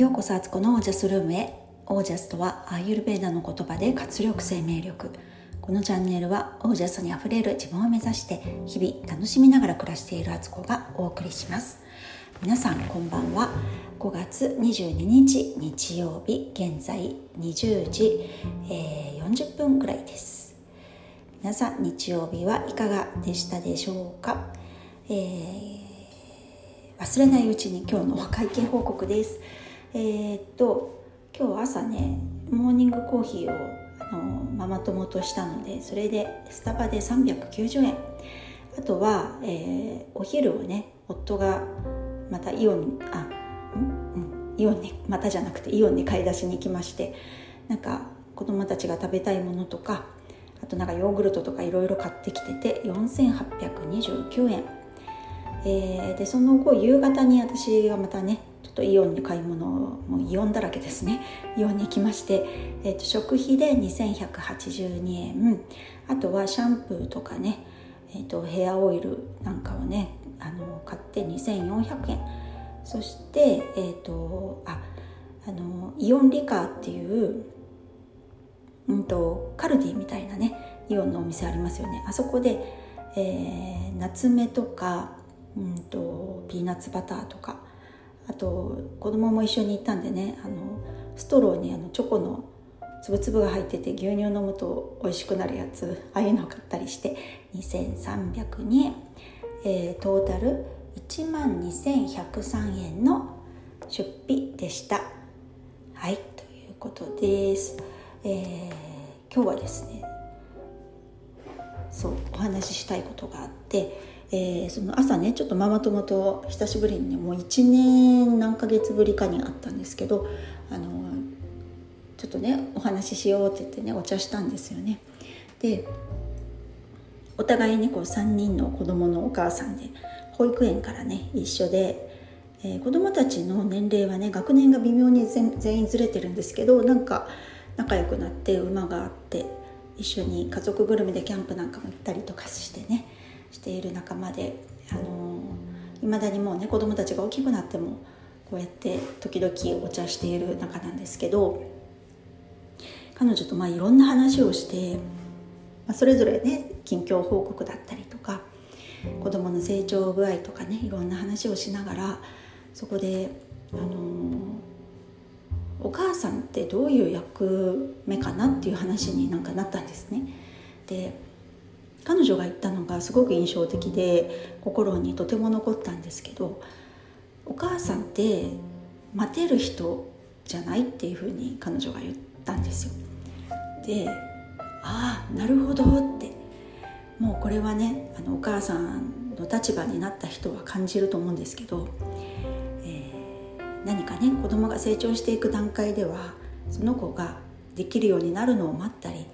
ようこそアツコのオージャスルームへ。オージャスとはアーユルベーダの言葉で活力、生命力。このチャンネルはオージャスにあふれる自分を目指して日々楽しみながら暮らしているアツコがお送りします。皆さんこんばんは。5月22日日曜日、現在20時、40分ぐらいです。皆さん日曜日はいかがでしたでしょうか。忘れないうちに今日の会計報告です。今日朝ねモーニングコーヒーをママ友としたので、それでスタバで390円。あとは、お昼をね夫がまたイオンにまたじゃなくてイオンに買い出しに行きまして、なんか子供たちが食べたいものとか、あとなんかヨーグルトとかいろいろ買ってきてて4829円。でその後夕方に私がまたねちょっとイオンに買い物、もうイオンだらけですね、イオンに行きまして、食費で2182円、あとはシャンプーとかね、ヘアオイルなんかをね買って2400円。そしてイオンリカーっていうカルディみたいなねイオンのお店ありますよね。あそこで、夏目とかピーナッツバターとか、あと子供も一緒に行ったんでね、ストローにチョコのつぶつぶが入ってて牛乳飲むと美味しくなるやつ、ああいうのを買ったりして2302円、トータル12103円の出費でした。はい、ということです。今日はですね、お話ししたいことがあって、その朝ねちょっとママ友と久しぶりにね、もう1年何ヶ月ぶりかに会ったんですけど、ちょっとねお話ししようって言ってねお茶したんですよね。でお互いに3人の子供のお母さんで保育園からね一緒で、子供たちの年齢はね学年が微妙に全員ずれてるんですけど、なんか仲良くなって馬があって一緒に家族ぐるみでキャンプなんかも行ったりとかしている仲間で、未だにもうね子供たちが大きくなってもこうやって時々お茶している仲なんですけど、彼女といろんな話をして、それぞれね近況報告だったりとか子供の成長具合とかねいろんな話をしながら、そこでお母さんってどういう役目かなっていう話になったんですね。で彼女が言ったのがすごく印象的で心にとても残ったんですけど、お母さんって待てる人じゃないっていうふうに彼女が言ったんですよ。でなるほどって、もうこれはねお母さんの立場になった人は感じると思うんですけど、何かね子供が成長していく段階ではその子ができるようになるのを待ったり、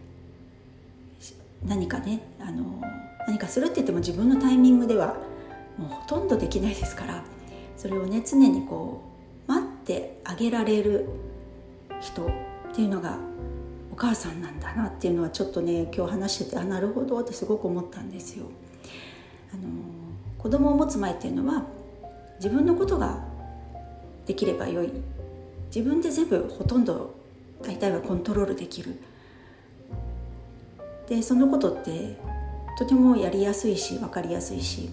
何かね何かするって言っても自分のタイミングではもうほとんどできないですから、それをね常に待ってあげられる人っていうのがお母さんなんだなっていうのはちょっとね今日話しててなるほどってすごく思ったんですよ。子供を持つ前っていうのは自分のことができればよい、自分で全部ほとんど大体はコントロールできる。でそのことってとてもやりやすいし分かりやすいし、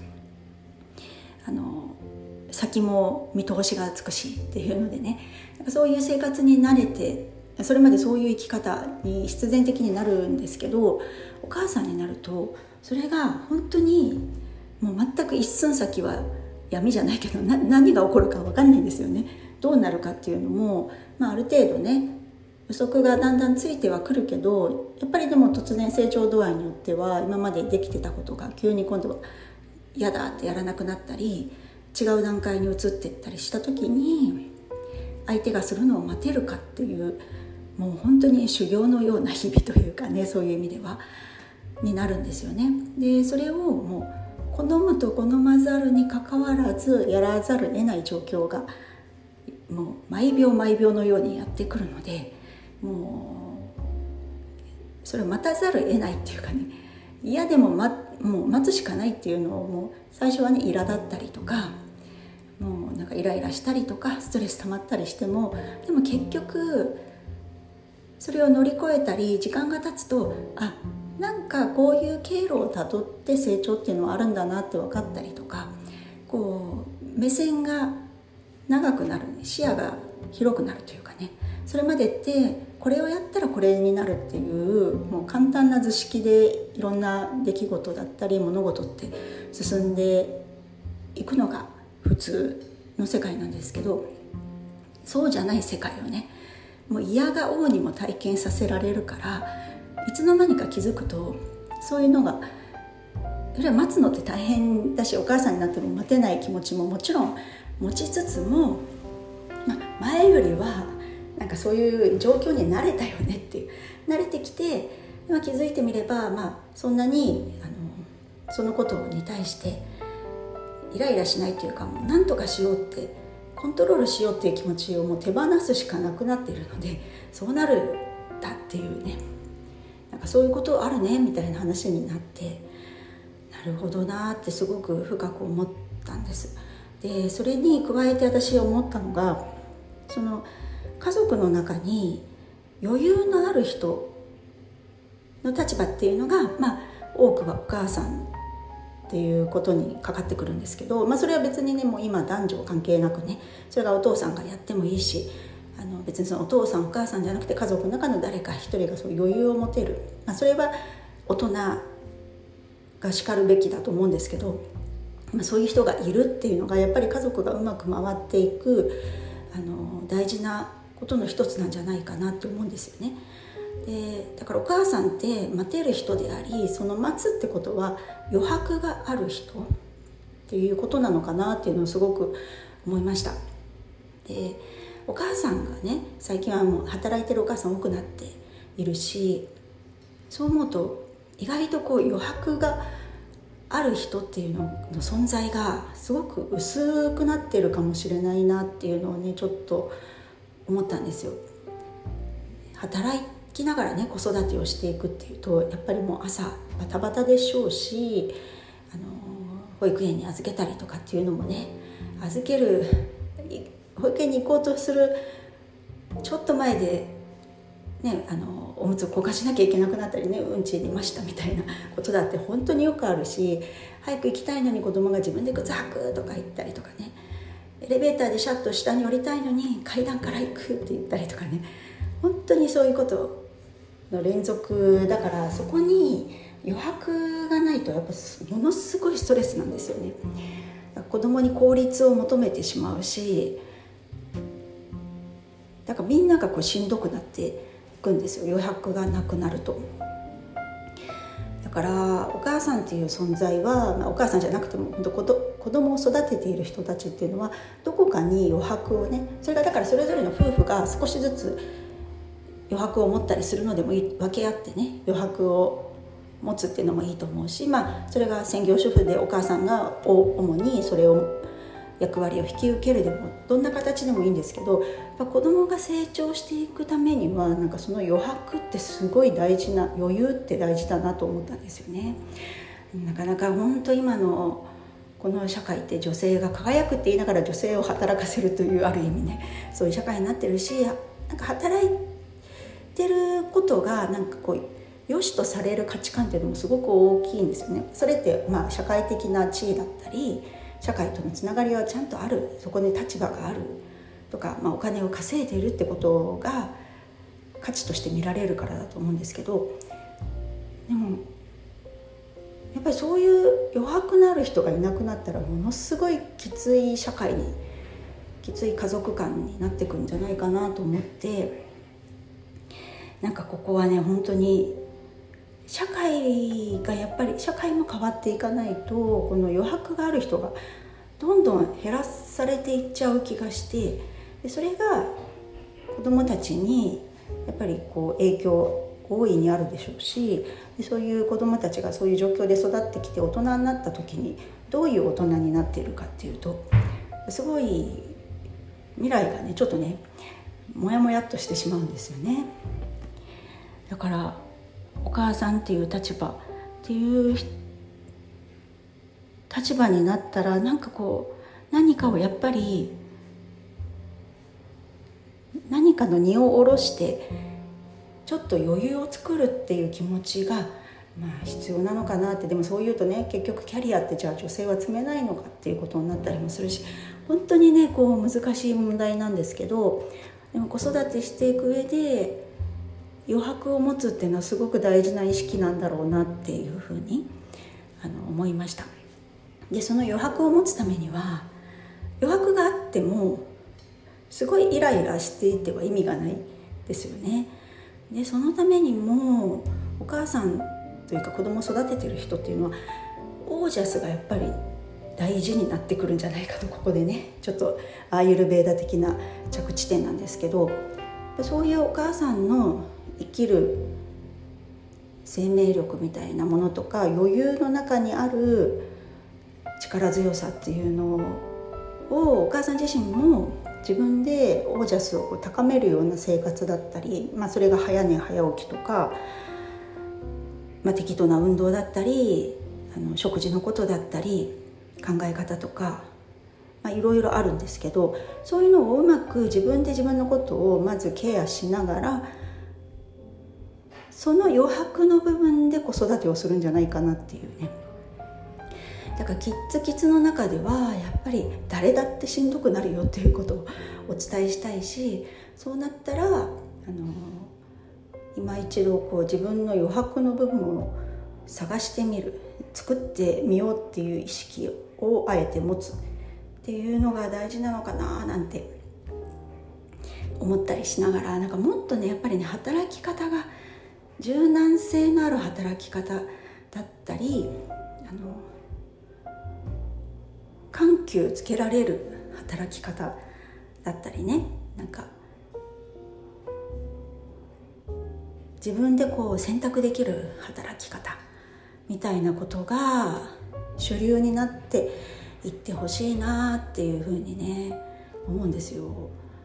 先も見通しがつくしっていうのでね、そういう生活に慣れて、それまでそういう生き方に必然的になるんですけど、お母さんになるとそれが本当にもう全く一寸先は闇じゃないけど何が起こるか分かんないんですよね。どうなるかっていうのも、ある程度ね予測がだんだんついてはくるけど、やっぱりでも突然成長度合いによっては今までできてたことが急に今度は嫌だってやらなくなったり、違う段階に移っていったりした時に相手がするのを待てるかっていう、もう本当に修行のような日々というかね、そういう意味ではになるんですよね。でそれをもう好むと好まざるにかかわらずやらざるを得ない状況がもう毎秒毎秒のようにやってくるので、もうそれを待たざるを得ないっていうかね、嫌でも、もう待つしかないっていうのをもう最初はね苛立ったりとか、 もうなんかイライラしたりとかストレス溜まったりしても、でも結局それを乗り越えたり時間が経つと、なんかこういう経路をたどって成長っていうのはあるんだなって分かったりとか、こう目線が長くなる、視野が広くなるというかね、それまでってこれをやったらこれになるっていうもう簡単な図式でいろんな出来事だったり物事って進んでいくのが普通の世界なんですけど、そうじゃない世界をね、もう嫌が王にも体験させられるから、いつの間にか気づくとそういうのが、それは待つのって大変だし、お母さんになっても待てない気持ちももちろん持ちつつも、前よりはなんかそういう状況に慣れたよねっていう、慣れてきて、気づいてみれば、そんなにそのことに対してイライラしないというか、もう何とかしようってコントロールしようっていう気持ちをもう手放すしかなくなっているので、そうなるんだっていうね、なんかそういうことあるねみたいな話になって、なるほどなってすごく深く思ったんです。でそれに加えて私思ったのが、その家族の中に余裕のある人の立場っていうのが、多くはお母さんっていうことにかかってくるんですけど、それは別にね、もう今男女関係なくね、それがお父さんがやってもいいし、別にそのお父さんお母さんじゃなくて家族の中の誰か一人がそういう余裕を持てる、それは大人がしかるべきだと思うんですけど、そういう人がいるっていうのがやっぱり家族がうまく回っていく大事なことの一つなんじゃないかなって思うんですよね。でだからお母さんって待てる人であり、その待つってことは余白がある人っていうことなのかなっていうのをすごく思いました。でお母さんがね、最近はもう働いてるお母さん多くなっているし、そう思うと意外とこう余白がある人っていうのの存在がすごく薄くなってるかもしれないなっていうのをね、ちょっと思ったんですよ。働きながらね、子育てをしていくっていうと、やっぱりもう朝バタバタでしょうし、保育園に預けたりとかっていうのもね、保育園に行こうとするちょっと前でね、おむつを交換しなきゃいけなくなったりね、うんち出ましたみたいなことだって本当によくあるし、早く行きたいのに子供が自分で靴履くとか言ったりとかね、エレベーターでシャッと下に降りたいのに階段から行くって言ったりとかね、本当にそういうことの連続だから、そこに余白がないとやっぱものすごいストレスなんですよね。子供に効率を求めてしまうし、だからみんながこうしんどくなっていくんですよ、余白がなくなると。だからお母さんっていう存在は、お母さんじゃなくても本当子供を育てている人たちっていうのはどこかに余白をね、それがだからそれぞれの夫婦が少しずつ余白を持ったりするのでもいい、分け合ってね余白を持つっていうのもいいと思うし、それが専業主婦でお母さんが主にそれを役割を引き受けるでもどんな形でもいいんですけど、子供が成長していくためにはなんかその余白ってすごい大事な、余裕って大事だなと思ったんですよね。なかなか本当今のこの社会って女性が輝くって言いながら女性を働かせるというある意味ね、そういう社会になってるし、なんか働いてることがなんかこう良しとされる価値観っていうのもすごく大きいんですよね。それって社会的な地位だったり社会とのつながりはちゃんとある、そこに立場があるとか、お金を稼いでいるってことが価値として見られるからだと思うんですけど、でもやっぱりそういう余白のある人がいなくなったらものすごいきつい社会に、きつい家族観になってくんじゃないかなと思って、なんかここはね本当に社会も変わっていかないと、この余白がある人がどんどん減らされていっちゃう気がして、でそれが子どもたちにやっぱりこう影響大いにあるでしょうし、でそういう子どもたちがそういう状況で育ってきて大人になった時にどういう大人になっているかっていうと、すごい未来がねちょっとねもやもやっとしてしまうんですよね。だからお母さんっていう立場になったら、なんかこ何かをやっぱり何かの荷を下ろしてちょっと余裕を作るっていう気持ちが必要なのかなって。でもそう言うとね、結局キャリアってじゃあ女性は積めないのかっていうことになったりもするし、本当にねこう難しい問題なんですけど、でも子育てしていく上で余白を持つっていうのはすごく大事な意識なんだろうなっていうふうに思いました。でその余白を持つためには、余白があってもすごいイライラしていては意味がないですよね。でそのためにもお母さんというか子供を育ててる人っていうのはオージャスがやっぱり大事になってくるんじゃないかと、ここでねちょっとアーユルヴェーダ的な着地点なんですけど、そういうお母さんの生きる生命力みたいなものとか余裕の中にある力強さっていうのをお母さん自身も自分でオージャスを高めるような生活だったり、それが早寝早起きとか、適度な運動だったり食事のことだったり考え方とか、いろいろあるんですけど、そういうのをうまく自分で自分のことをまずケアしながら、その余白の部分で子育てをするんじゃないかなっていうね。だからキッズキッズの中ではやっぱり誰だってしんどくなるよっていうことをお伝えしたいし、そうなったら今一度自分の余白の部分を探してみる、作ってみようっていう意識をあえて持つっていうのが大事なのかななんて思ったりしながら、もっとねやっぱりね働き方が柔軟性のある働き方だったり緩急つけられる働き方だったりね、自分で選択できる働き方みたいなことが主流になっていってほしいなっていうふうにね思うんですよ。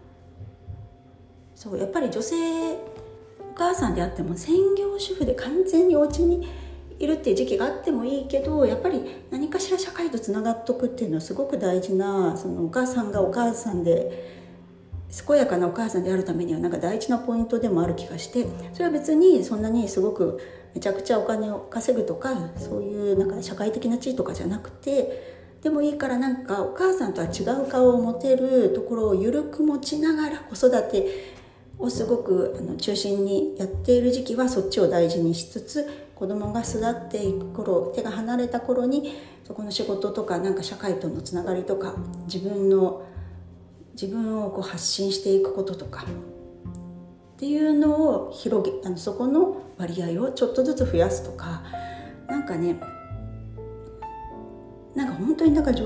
そうやっぱり女性お母さんであっても専業主婦で完全にお家にいるっていう時期があってもいいけど、やっぱり何かしら社会とつながっとくっていうのはすごく大事な、そのお母さんがお母さんで健やかなお母さんであるためには大事なポイントでもある気がして、それは別にそんなにすごくめちゃくちゃお金を稼ぐとかそういう社会的な地位とかじゃなくて、でもいいからお母さんとは違う顔を持てるところを緩く持ちながら子育てをすごく中心にやっている時期はそっちを大事にしつつ、子供が育っていく頃、手が離れた頃にそこの仕事とか社会とのつながりとか自分を発信していくこととかっていうのを広げそこの割合をちょっとずつ増やすとか、本当に女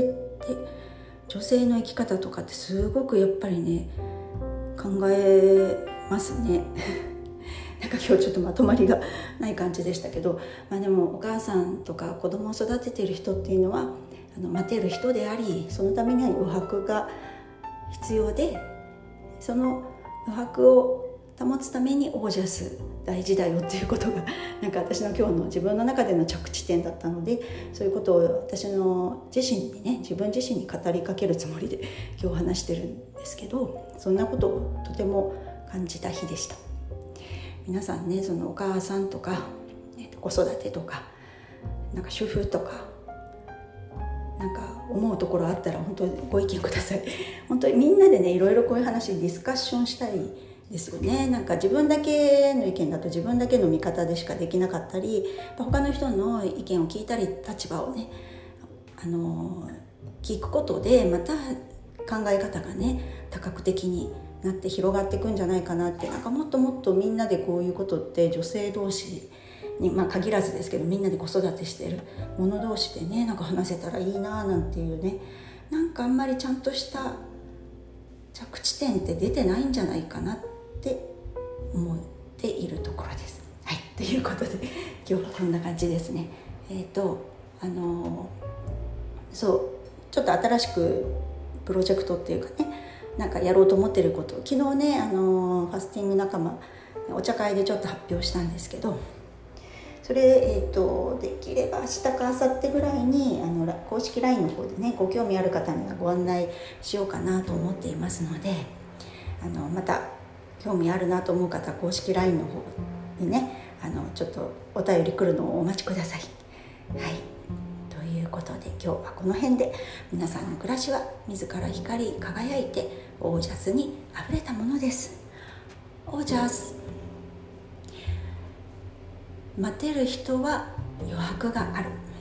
性の生き方とかってすごくやっぱりね考えますね今日ちょっとまとまりがない感じでしたけど、でもお母さんとか子供を育てている人っていうのは待てる人であり、そのためには余白が必要で、その余白を保つためにオージャス大事だよっていうことが私の今日の自分の中での着地点だったので、そういうことを私の自身にね自分自身に語りかけるつもりで今日話してるんですけど、そんなことをとても感じた日でした。皆さんね、そのお母さんとか、子育てとか主婦とか思うところあったら本当にご意見ください。本当にみんなでねいろいろこういう話ディスカッションしたいですよね。自分だけの意見だと自分だけの見方でしかできなかったり、他の人の意見を聞いたり立場をね聞くことでまた考え方がね多角的になって広がっていくんじゃないかなって、もっともっとみんなでこういうことって女性同士に限らずですけど、みんなで子育てしてる者同士でね話せたらいいななんていうね、あんまりちゃんとした着地点って出てないんじゃないかなって思っているところです。はい、ということで今日はこんな感じですね。そうちょっと新しくプロジェクトっていうかねやろうと思ってることを昨日ねファスティング仲間お茶会でちょっと発表したんですけど、 それ、できれば明日か明後日ぐらいに公式 LINE の方でね、ご興味ある方にはご案内しようかなと思っていますので、また興味あるなと思う方は公式 LINE の方にねちょっとお便り来るのをお待ちください。はい、ということで今日はこの辺で、皆さんの暮らしは自ら光り輝いてオージャスにあふれたものです。オージャス。待てる人は余白がある。